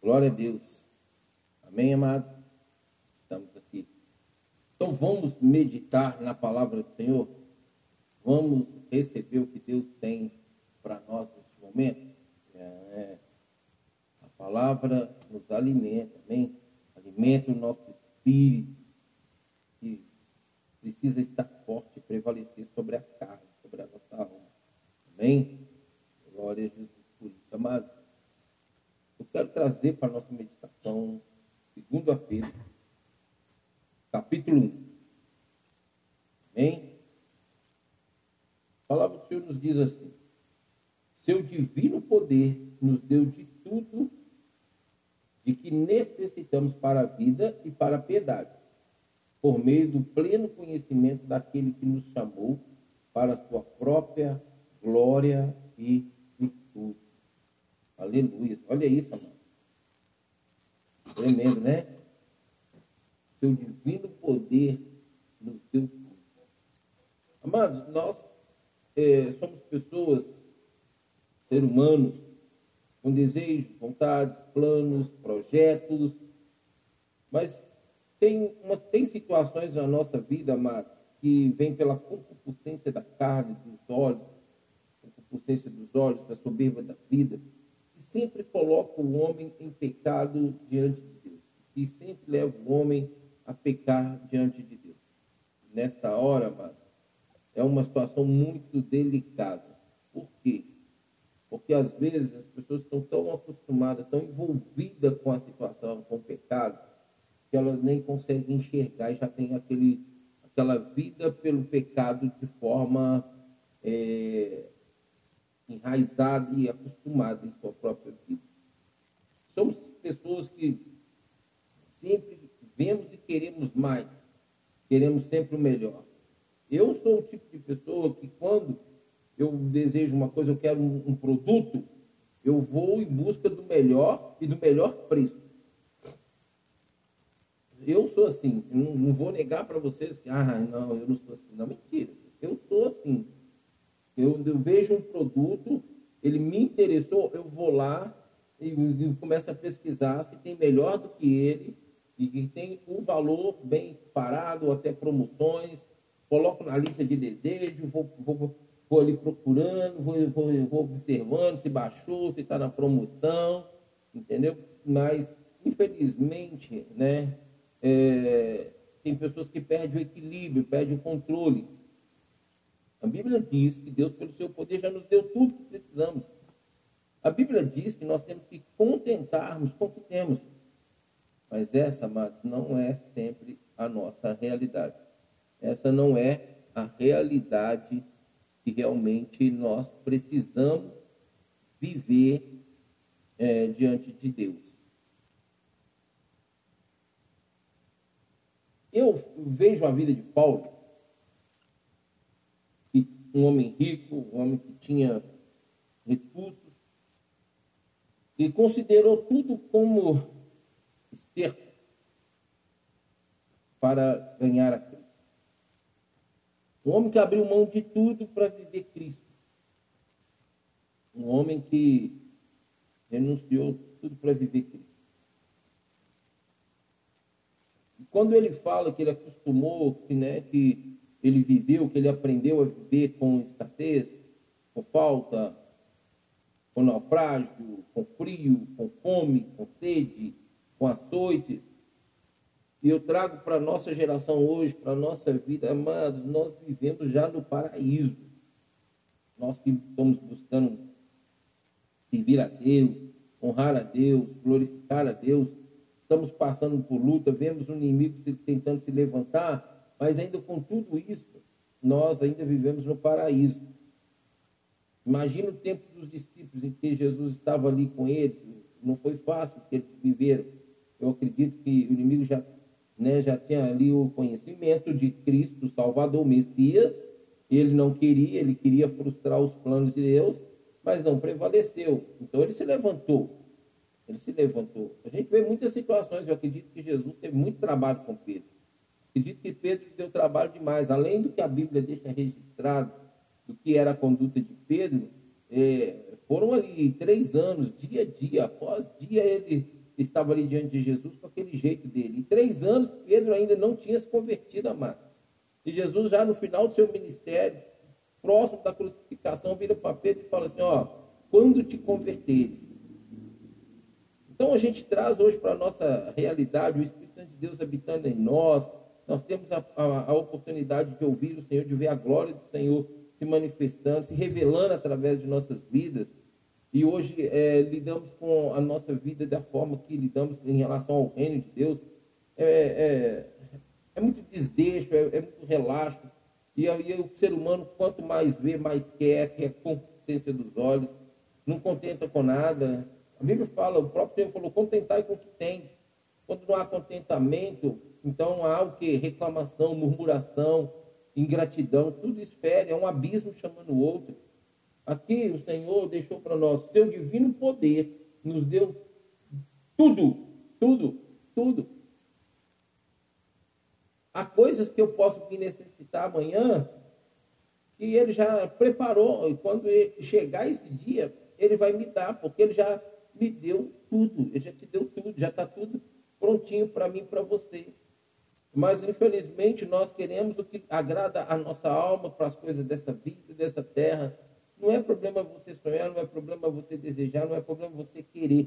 Glória a Deus. Amém, amados? Estamos aqui. Então vamos meditar na palavra do Senhor? Vamos receber o que Deus tem para nós neste momento? A palavra nos alimenta, amém? Alimenta o nosso espírito, que precisa estar forte e prevalecer sobre a carne, sobre a nossa alma. Amém? Glória a Jesus por isso, amados. Eu quero trazer para a nossa meditação 2 Pedro, capítulo 1. Amém? A palavra do Senhor nos diz assim: seu divino poder nos deu de tudo de que necessitamos para a vida e para a piedade, por meio do pleno conhecimento daquele que nos chamou para a sua própria glória e virtude. Aleluia. Olha isso, amado. Tremendo, né? Seu divino poder nos deu tudo. Amados, nós somos pessoas, seres humanos, com desejos, vontades, planos, projetos, mas tem situações na nossa vida, amados, que vem pela concupiscência da carne, dos olhos, concupiscência dos olhos, da soberba da vida, que sempre coloca o homem em pecado diante de Deus, e sempre leva o homem a pecar diante de Deus. Nesta hora, amados, é uma situação muito delicada. Por quê? Porque às vezes as pessoas estão tão acostumadas, tão envolvidas com a situação, com o pecado, que elas nem conseguem enxergar e já tem aquela vida pelo pecado de forma enraizada e acostumada em sua própria vida. Somos pessoas que sempre vemos e queremos mais, queremos sempre o melhor. Eu sou o tipo de pessoa que quando eu desejo uma coisa, eu quero um produto, eu vou em busca do melhor e do melhor preço. Eu sou assim, eu não vou negar para vocês que, não, eu não sou assim. Não, mentira. Eu sou assim. Eu vejo um produto, ele me interessou, eu vou lá e começo a pesquisar se tem melhor do que ele e que tem um valor bem parado, até promoções, coloco na lista de desejo, vou ali procurando, vou observando se baixou, se está na promoção, entendeu? Mas, infelizmente, né, tem pessoas que perdem o equilíbrio, perdem o controle. A Bíblia diz que Deus, pelo seu poder, já nos deu tudo que precisamos. A Bíblia diz que nós temos que contentarmos com o que temos. Mas essa, amados, não é sempre a nossa realidade. Essa não é a realidade que realmente nós precisamos viver diante de Deus. Eu vejo a vida de Paulo, um homem rico, um homem que tinha recursos, e considerou tudo como esterco para ganhar a Cristo. Um homem que abriu mão de tudo para viver Cristo. Um homem que renunciou tudo para viver Cristo. E quando ele fala que ele acostumou, que ele viveu, que ele aprendeu a viver com escassez, com falta, com naufrágio, com frio, com fome, com sede, com açoites. E eu trago para a nossa geração hoje, para a nossa vida, amados, nós vivemos já no paraíso. Nós que estamos buscando servir a Deus, honrar a Deus, glorificar a Deus, estamos passando por luta, vemos o inimigo tentando se levantar, mas ainda com tudo isso, nós ainda vivemos no paraíso. Imagina o tempo dos discípulos em que Jesus estava ali com eles, não foi fácil que eles viveram. Eu acredito que o inimigo já tinha ali o conhecimento de Cristo, Salvador, Messias. Ele não queria, ele queria frustrar os planos de Deus, mas não prevaleceu. Então ele se levantou. A gente vê muitas situações, eu acredito que Jesus teve muito trabalho com Pedro. Acredito que Pedro deu trabalho demais. Além do que a Bíblia deixa registrado, do que era a conduta de Pedro, foram ali 3 anos, dia a dia, após dia, ele estava ali diante de Jesus com aquele jeito dele. Em 3 anos, Pedro ainda não tinha se convertido, amado. E Jesus, já no final do seu ministério, próximo da crucificação, vira para Pedro e fala assim, ó, quando te converteres. Então a gente traz hoje para a nossa realidade o Espírito Santo de Deus habitando em nós. Nós temos a oportunidade de ouvir o Senhor, de ver a glória do Senhor se manifestando, se revelando através de nossas vidas. E hoje lidamos com a nossa vida da forma que lidamos em relação ao reino de Deus. É muito desdeixo, é muito relaxo. E o ser humano, quanto mais vê, mais quer a concupiscência dos olhos, não contenta com nada. A Bíblia fala, o próprio Senhor falou, contentai com o que tens. Quando não há contentamento, então há o quê? Reclamação, murmuração, ingratidão, tudo isso fere, é um abismo chamando o outro. Aqui o Senhor deixou para nós seu divino poder, nos deu tudo, tudo, tudo. Há coisas que eu posso vir necessitar amanhã, que Ele já preparou, e quando chegar esse dia, Ele vai me dar, porque Ele já me deu tudo, Ele já te deu tudo, já está tudo prontinho para mim e para você. Mas, infelizmente, nós queremos o que agrada a nossa alma para as coisas dessa vida, dessa terra. Não é problema você sonhar, não é problema você desejar, não é problema você querer.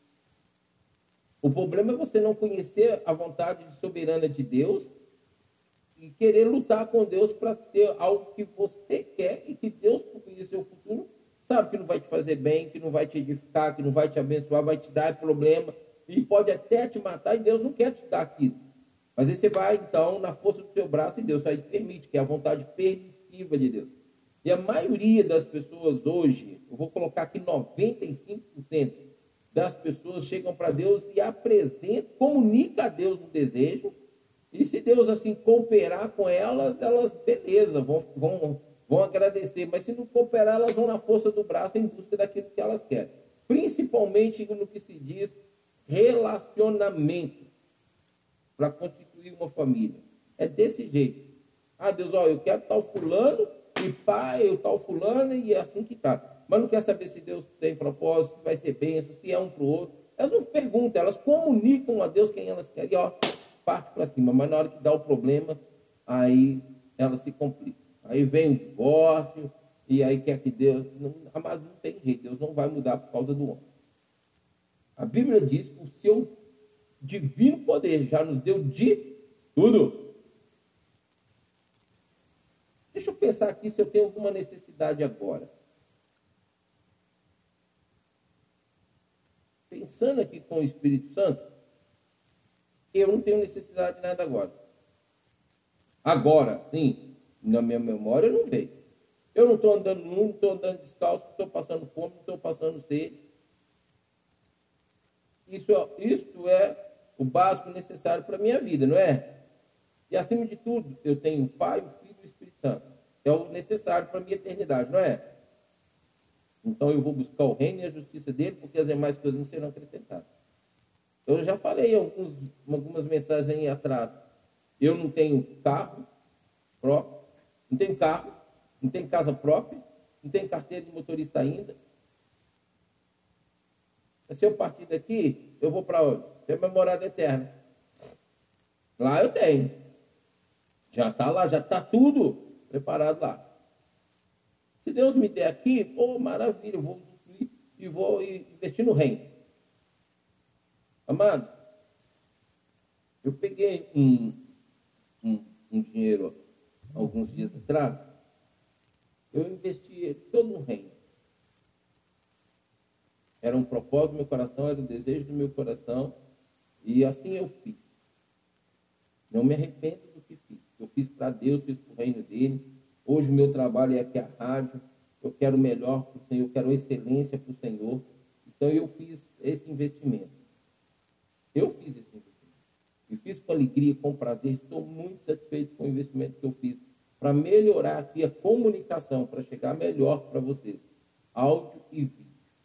O problema é você não conhecer a vontade soberana de Deus e querer lutar com Deus para ter algo que você quer e que Deus, por conhecer o futuro, sabe que não vai te fazer bem, que não vai te edificar, que não vai te abençoar, vai te dar problema e pode até te matar e Deus não quer te dar aquilo. Mas aí você vai, então, na força do seu braço e Deus aí te permite, que é a vontade permissiva de Deus. E a maioria das pessoas hoje, eu vou colocar aqui 95% das pessoas chegam para Deus e apresentam, comunicam a Deus um desejo, e se Deus assim cooperar com elas, beleza, vão agradecer, mas se não cooperar, elas vão na força do braço em busca daquilo que elas querem. Principalmente no que se diz relacionamento, para constituir uma família. É desse jeito. Ah, Deus, ó, eu quero tal fulano, e pai, eu tal fulano, e é assim que tá. Mas não quer saber se Deus tem propósito, se vai ser bênção, se é um para o outro. Elas não perguntam, elas comunicam a Deus quem elas querem, e ó, parte para cima. Mas na hora que dá o problema, aí elas se complicam. Aí vem o divórcio, e aí quer que Deus... Mas não tem jeito, Deus não vai mudar por causa do homem. A Bíblia diz que o seu divino poder já nos deu de tudo. Deixa eu pensar aqui se eu tenho alguma necessidade agora. Pensando aqui com o Espírito Santo, eu não tenho necessidade de nada agora. Agora, sim, na minha memória não veio. Eu não estou andando nu, não estou andando descalço, não estou passando fome, não estou passando sede. Isso é o básico necessário para a minha vida, não é? E acima de tudo, eu tenho o Pai, o Filho e o Espírito Santo. É o necessário para a minha eternidade, não é? Então eu vou buscar o reino e a justiça dele, porque as demais coisas não serão acrescentadas. Eu já falei algumas mensagens aí atrás. Eu não tenho carro próprio, não tenho carro, não tenho casa própria, não tenho carteira de motorista ainda. Se eu partir daqui, eu vou para onde? Tem minha morada eterna. Lá eu tenho. Já está lá, já está tudo preparado lá. Se Deus me der aqui, pô, maravilha, eu vou usufruir e vou investir no reino. Amados, eu peguei um dinheiro alguns dias atrás, eu investi todo no reino. Era um propósito do meu coração, era um desejo do meu coração, e assim eu fiz. Não me arrependo do que fiz. Eu fiz para Deus, fiz para o reino dele. Hoje o meu trabalho é aqui a rádio. Eu quero o melhor para o Senhor, eu quero excelência para o Senhor. Então eu fiz esse investimento. Eu fiz esse investimento. E fiz com alegria, com prazer. Estou muito satisfeito com o investimento que eu fiz para melhorar aqui a comunicação, para chegar melhor para vocês. Áudio e vídeo.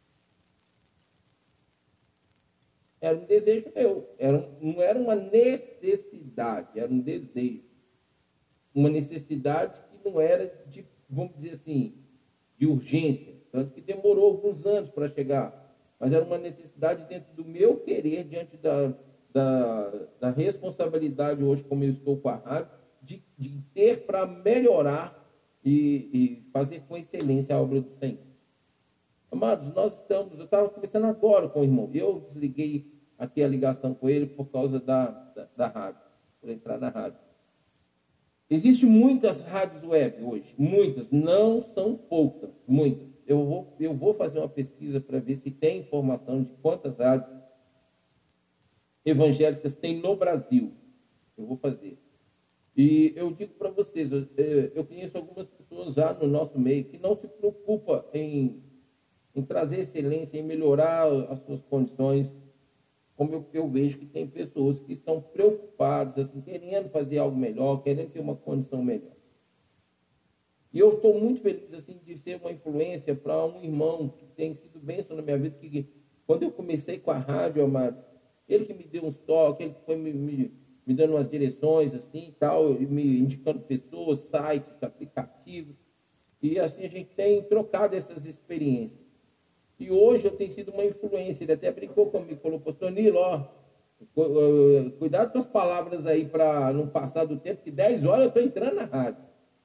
Era um desejo meu, não era uma necessidade, era um desejo. Uma necessidade que não era de, vamos dizer assim, de urgência. Tanto que demorou alguns anos para chegar. mas era uma necessidade dentro do meu querer, diante da responsabilidade hoje, como eu estou com a rádio, de ter para melhorar e fazer com excelência a obra do Senhor. Amados, eu estava conversando agora com o irmão, eu desliguei aqui a ligação com ele por causa da rádio, por entrar na rádio. Existem muitas rádios web hoje, muitas, não são poucas, muitas. Eu vou fazer uma pesquisa para ver se tem informação de quantas rádios evangélicas tem no Brasil. Eu vou fazer. E eu digo para vocês, eu conheço algumas pessoas já no nosso meio que não se preocupam em trazer excelência, em melhorar as suas condições, como eu vejo que tem pessoas que estão preocupadas, assim, querendo fazer algo melhor, querendo ter uma condição melhor. E eu estou muito feliz assim, de ser uma influência para um irmão que tem sido bênção na minha vida, que quando eu comecei com a rádio, amados, ele que me deu uns toques, ele que foi me dando umas direções assim e tal, me indicando pessoas, sites, aplicativos, e assim a gente tem trocado essas experiências. E hoje eu tenho sido uma influência. Ele até brincou comigo, falou, pastor Nilo, cuidado com as palavras aí para não passar do tempo, que 10 horas eu estou entrando na rádio.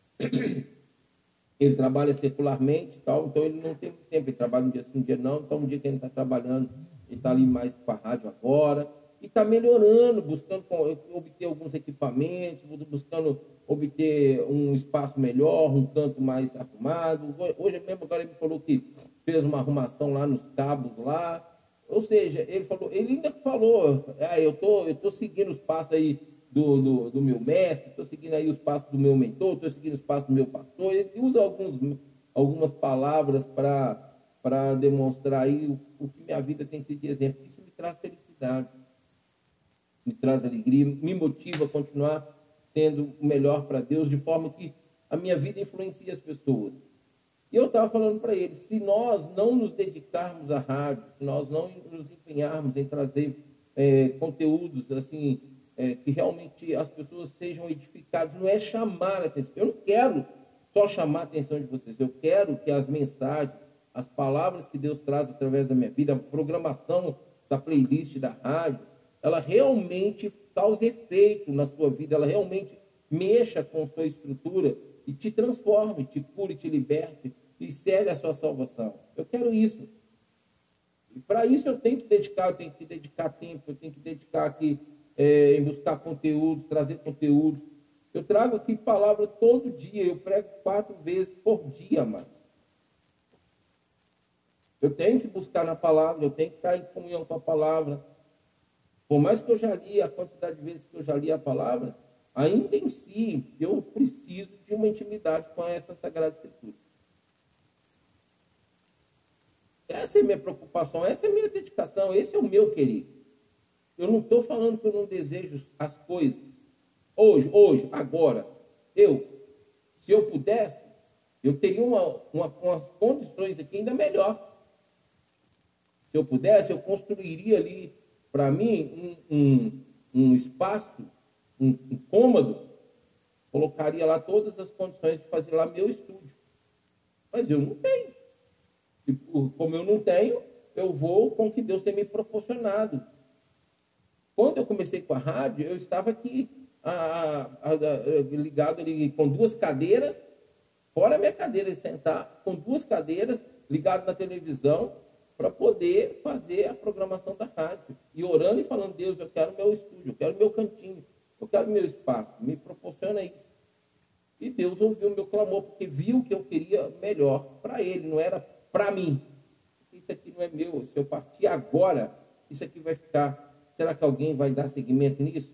Ele trabalha secularmente, tal, então ele não tem muito tempo, ele trabalha um dia sim, um dia não, então um dia que ele está trabalhando, ele está ali mais com a rádio agora, e está melhorando, buscando obter alguns equipamentos, buscando obter um espaço melhor, um canto mais arrumado. Hoje mesmo agora ele me falou que fez uma arrumação lá nos cabos lá, ou seja, ele ainda falou, eu tô seguindo os passos aí do meu mestre, estou seguindo aí os passos do meu mentor, estou seguindo os passos do meu pastor. Ele usa algumas palavras para demonstrar aí o que minha vida tem sido de exemplo. Isso me traz felicidade, me traz alegria, me motiva a continuar sendo o melhor para Deus, de forma que a minha vida influencia as pessoas. E eu estava falando para ele, se nós não nos dedicarmos à rádio, se nós não nos empenharmos em trazer conteúdos assim, que realmente as pessoas sejam edificadas, não é chamar a atenção. Eu não quero só chamar a atenção de vocês, eu quero que as mensagens, as palavras que Deus traz através da minha vida, a programação da playlist da rádio, ela realmente cause efeito na sua vida, ela realmente mexa com a sua estrutura e te transforme, te cure, te liberte e cele a sua salvação. Eu quero isso. E para isso eu tenho que dedicar tempo, eu tenho que dedicar aqui em buscar conteúdos, trazer conteúdos. Eu trago aqui palavra todo dia, eu prego 4 vezes por dia, mano. Eu tenho que buscar na palavra, eu tenho que estar em comunhão com a palavra. Por mais que eu já li, a quantidade de vezes que eu já li a palavra, ainda em si, eu preciso de uma intimidade com essa Sagrada Escritura. Essa é a minha preocupação, essa é a minha dedicação, esse é o meu querer. Eu não estou falando que eu não desejo as coisas. Hoje, agora, se eu pudesse, eu teria umas condições aqui ainda melhor. Se eu pudesse, eu construiria ali, para mim, um espaço, um cômodo, colocaria lá todas as condições de fazer lá meu estúdio. Mas eu não tenho. E como eu não tenho, eu vou com o que Deus tem me proporcionado. Quando eu comecei com a rádio, eu estava aqui ligado ali com 2 cadeiras, fora a minha cadeira de sentar, com 2 cadeiras, ligado na televisão, para poder fazer a programação da rádio. E orando e falando, Deus, eu quero meu estúdio, eu quero meu cantinho, eu quero meu espaço, me proporciona isso. E Deus ouviu o meu clamor, porque viu que eu queria melhor para Ele, não era para mim. Isso aqui não é meu, se eu partir agora, isso aqui vai ficar... Será que alguém vai dar seguimento nisso?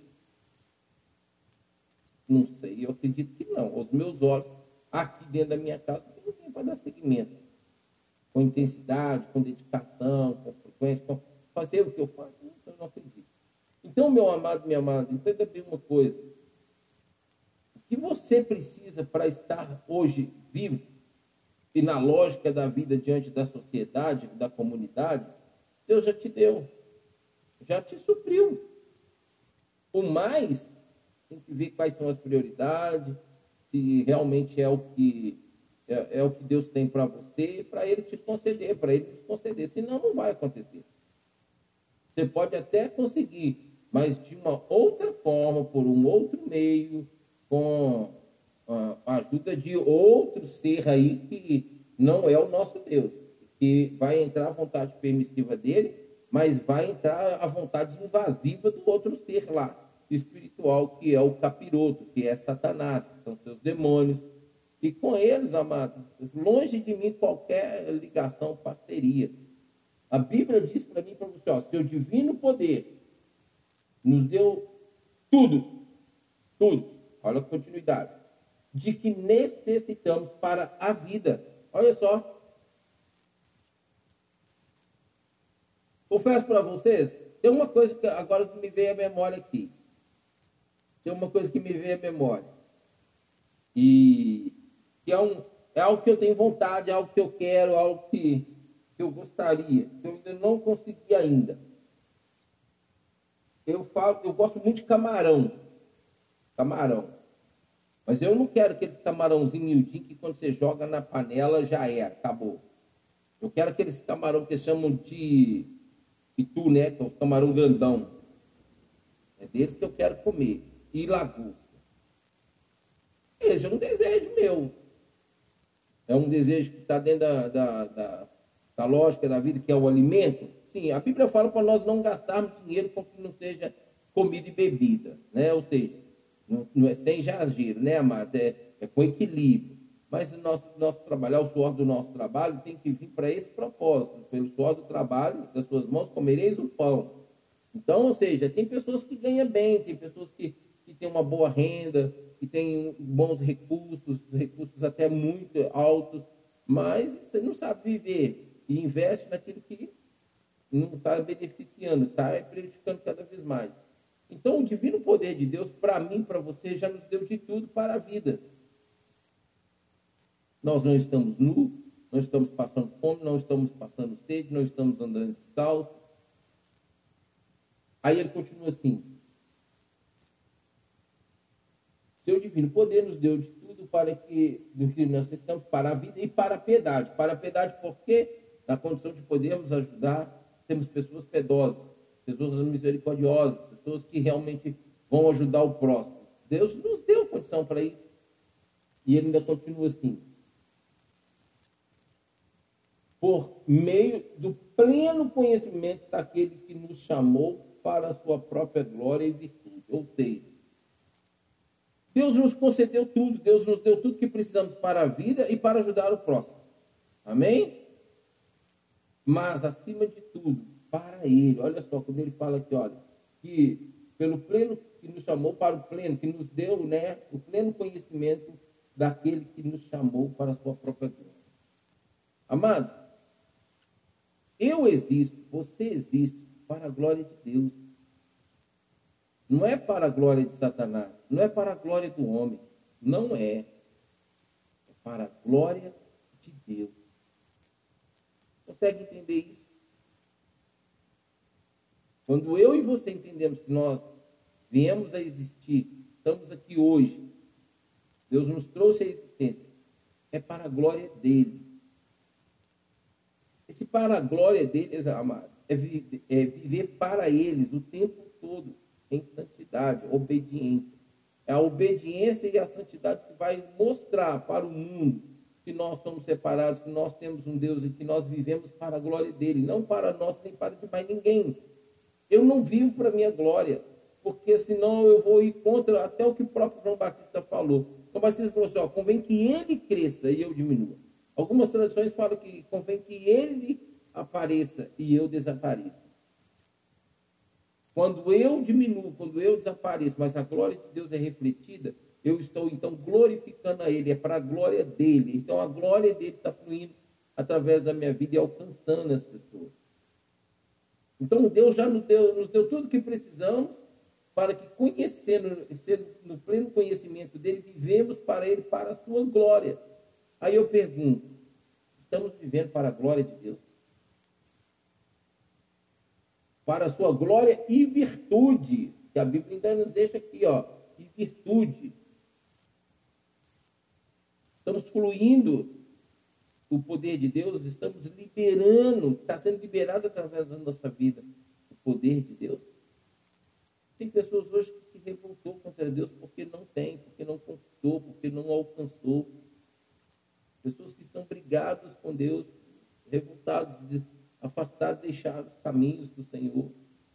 Não sei, eu acredito que não. Aos meus olhos, aqui dentro da minha casa, ninguém vai dar seguimento. Com intensidade, com dedicação, com frequência, com fazer o que eu faço, eu não acredito. Então, meu amado, minha amada, entenda bem uma coisa. O que você precisa para estar hoje vivo e na lógica da vida diante da sociedade, da comunidade, Deus já te deu. Já te supriu. O mais, tem que ver quais são as prioridades, se realmente é o que é o que Deus tem para você, para Ele te conceder, para Ele te conceder. Senão, não vai acontecer. Você pode até conseguir, mas de uma outra forma, por um outro meio, com a ajuda de outro ser aí que não é o nosso Deus, que vai entrar a vontade permissiva dele, mas vai entrar a vontade invasiva do outro ser lá, espiritual, que é o capiroto, que é Satanás, que são seus demônios. E com eles, amados, longe de mim qualquer ligação, parceria. A Bíblia diz para mim e para você, ó, seu divino poder nos deu tudo, olha a continuidade, de que necessitamos para a vida. Olha só. Confesso para vocês, tem uma coisa que agora que me veio à memória aqui. Tem uma coisa que me veio à memória. E que é algo que eu tenho vontade, é algo que eu quero, é algo que eu gostaria, que eu ainda não consegui ainda. Eu gosto muito de camarão. Mas eu não quero aqueles camarãozinhos miudinhos que quando você joga na panela já era, acabou. Eu quero aqueles camarão que chamam de pitu, né? Que é o camarão grandão. É deles que eu quero comer. E lagosta. Esse é um desejo meu. É um desejo que está dentro da lógica da vida, que é o alimento. Sim, a Bíblia fala para nós não gastarmos dinheiro com que não seja comida e bebida, né? Ou seja, não é sem exagero, né, amado? É com equilíbrio. Mas o nosso trabalho, o suor do nosso trabalho tem que vir para esse propósito. Pelo suor do trabalho, das suas mãos, comereis o pão. Então, ou seja, tem pessoas que ganham bem, tem pessoas que têm uma boa renda, que têm bons recursos até muito altos, mas você não sabe viver e investe naquilo que não está beneficiando, está prejudicando cada vez mais. Então, o divino poder de Deus, para mim, para você, já nos deu de tudo para a vida. Nós não estamos nus, não estamos passando fome, não estamos passando sede, não estamos andando descalço. Aí ele continua assim: seu divino poder nos deu de tudo para que nós estamos para a vida e para a piedade. Para a piedade, porque na condição de podermos ajudar, temos pessoas piedosas, pessoas misericordiosas, pessoas que realmente vão ajudar o próximo. Deus nos deu condição para isso. E ele ainda continua assim: por meio do pleno conhecimento daquele que nos chamou para a sua própria glória e virtude. Ou seja, Deus nos concedeu tudo, Deus nos deu tudo que precisamos para a vida e para ajudar o próximo. Amém? Mas, acima de tudo, para Ele. Olha só, quando Ele fala aqui, olha, que pelo pleno que nos chamou para o pleno, que nos deu, né, o pleno conhecimento daquele que nos chamou para a sua própria glória. Amados, eu existo, você existe para a glória de Deus. Não é para a glória de Satanás, não é para a glória do homem, não é. É para a glória de Deus. Consegue entender isso? Quando eu e você entendemos que nós viemos a existir, estamos aqui hoje, Deus nos trouxe a existência, é para a glória dele. Esse para a glória deles, amado, é viver para eles o tempo todo, em santidade, obediência. É a obediência e a santidade que vai mostrar para o mundo que nós somos separados, que nós temos um Deus e que nós vivemos para a glória dele, não para nós, nem para de mais ninguém. Eu não vivo para a minha glória, porque senão eu vou ir contra até o que o próprio João Batista falou. João Batista falou assim, ó, convém que ele cresça e eu diminua. Algumas tradições falam que convém que ele apareça e eu desapareça. Quando eu diminuo, quando eu desapareço, mas a glória de Deus é refletida, eu estou então glorificando a Ele, é para a glória dele. Então a glória dele está fluindo através da minha vida e alcançando as pessoas. Então Deus já nos deu tudo o que precisamos para que, conhecendo, sendo no pleno conhecimento dele, vivemos para ele, para a sua glória. Aí eu pergunto, estamos vivendo para a glória de Deus? Para a sua glória e virtude, que a Bíblia ainda nos deixa aqui, ó, e virtude. Estamos fluindo o poder de Deus, estamos liberando, está sendo liberado através da nossa vida o poder de Deus. Tem pessoas hoje que se revoltou contra Deus porque não tem, porque não conquistou, porque não alcançou. Pessoas que estão brigadas com Deus, revoltados, afastados, deixaram os caminhos do Senhor,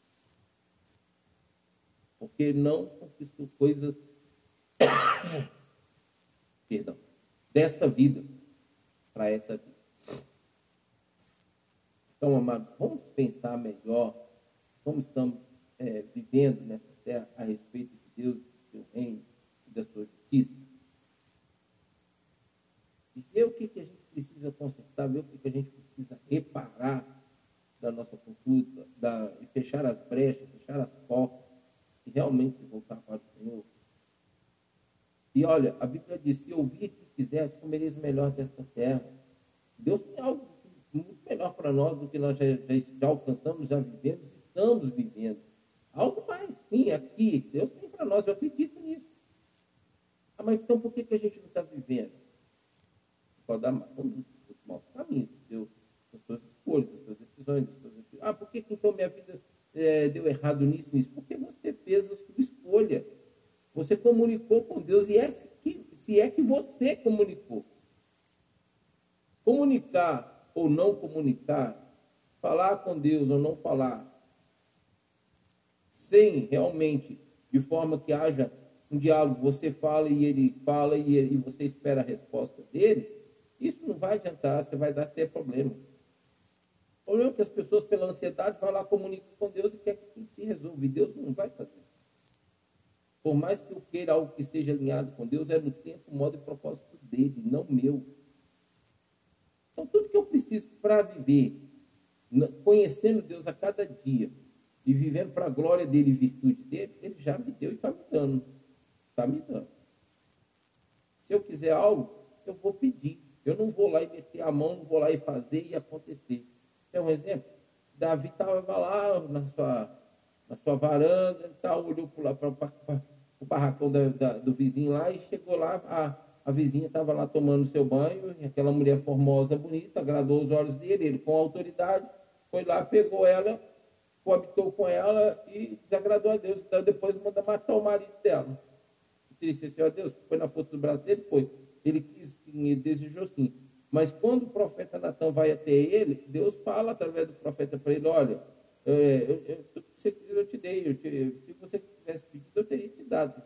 porque não conquistou coisas, perdão, dessa vida para essa vida. Então, amados, vamos pensar melhor como estamos vivendo nessa terra a respeito de Deus, do seu reino e da sua justiça. E ver o que a gente precisa consertar, ver o que a gente precisa reparar da nossa cultura, e fechar as brechas, fechar as portas, e realmente se voltar para o Senhor. E olha, a Bíblia diz, se ouvir que quiseres, comereis o melhor desta terra. Deus tem algo muito melhor para nós do que nós já alcançamos, já vivemos, estamos vivendo. Algo mais, sim, aqui, Deus tem para nós, eu acredito nisso. Ah, mas então por que a gente não está vivendo? Por causa dos maus caminhos, das suas escolhas, das suas decisões, das suas... Ah, por que então minha vida deu errado nisso? Porque você fez a sua escolha. Você comunicou com Deus, e se é que você comunicou. Comunicar ou não comunicar, falar com Deus ou não falar, sem realmente, de forma que haja um diálogo, você fala e ele fala e você espera a resposta dele, isso não vai adiantar, você vai dar até problema. O problema é que as pessoas, pela ansiedade, vão lá, comunicam com Deus e quer que tudo se resolva, e Deus não vai fazer. Por mais que eu queira algo que esteja alinhado com Deus, é no tempo, modo e propósito dele, não meu. Então, tudo que eu preciso para viver, conhecendo Deus a cada dia, e vivendo para a glória dele e virtude dele, ele já me deu e está me dando. Está me dando. Se eu quiser algo, eu vou pedir. Eu não vou lá e meter a mão, não vou lá e fazer e acontecer. É um exemplo? Davi estava lá na sua varanda, tal, olhou para o barracão do vizinho lá e chegou lá, a vizinha estava lá tomando seu banho, e aquela mulher formosa, bonita, agradou os olhos dele, ele com autoridade foi lá, pegou ela, coabitou com ela e desagradou a Deus. Então depois manda matar o marido dela. Entristeceu a Deus, foi na força do braço dele, foi. Ele quis sim, ele desejou sim. Mas quando o profeta Natã vai até ele, Deus fala através do profeta para ele, olha, tudo que você quiser eu te dei, se você tivesse pedido, eu teria te dado.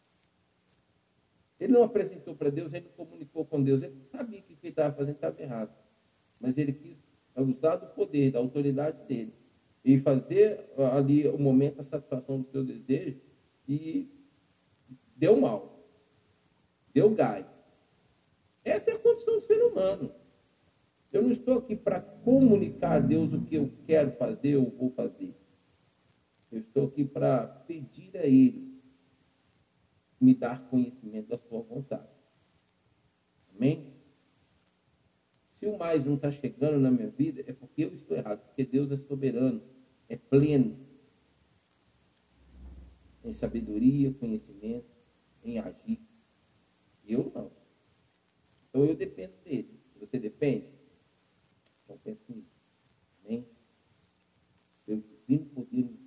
Ele não apresentou para Deus, ele não comunicou com Deus, ele sabia que o que ele estava fazendo estava errado. Mas ele quis usar do poder, da autoridade dele, e fazer ali o momento, a satisfação do seu desejo, e deu mal, deu gás. Essa é a condição do ser humano. Eu não estou aqui para comunicar a Deus o que eu quero fazer ou vou fazer. Eu estou aqui para pedir a Ele me dar conhecimento da sua vontade. Amém? Se o mais não está chegando na minha vida, é porque eu estou errado, porque Deus é soberano, é pleno em sabedoria, conhecimento, em agir. Eu não. Então eu dependo dele. Você depende? Então pense nisso. Amém? Eu divino poder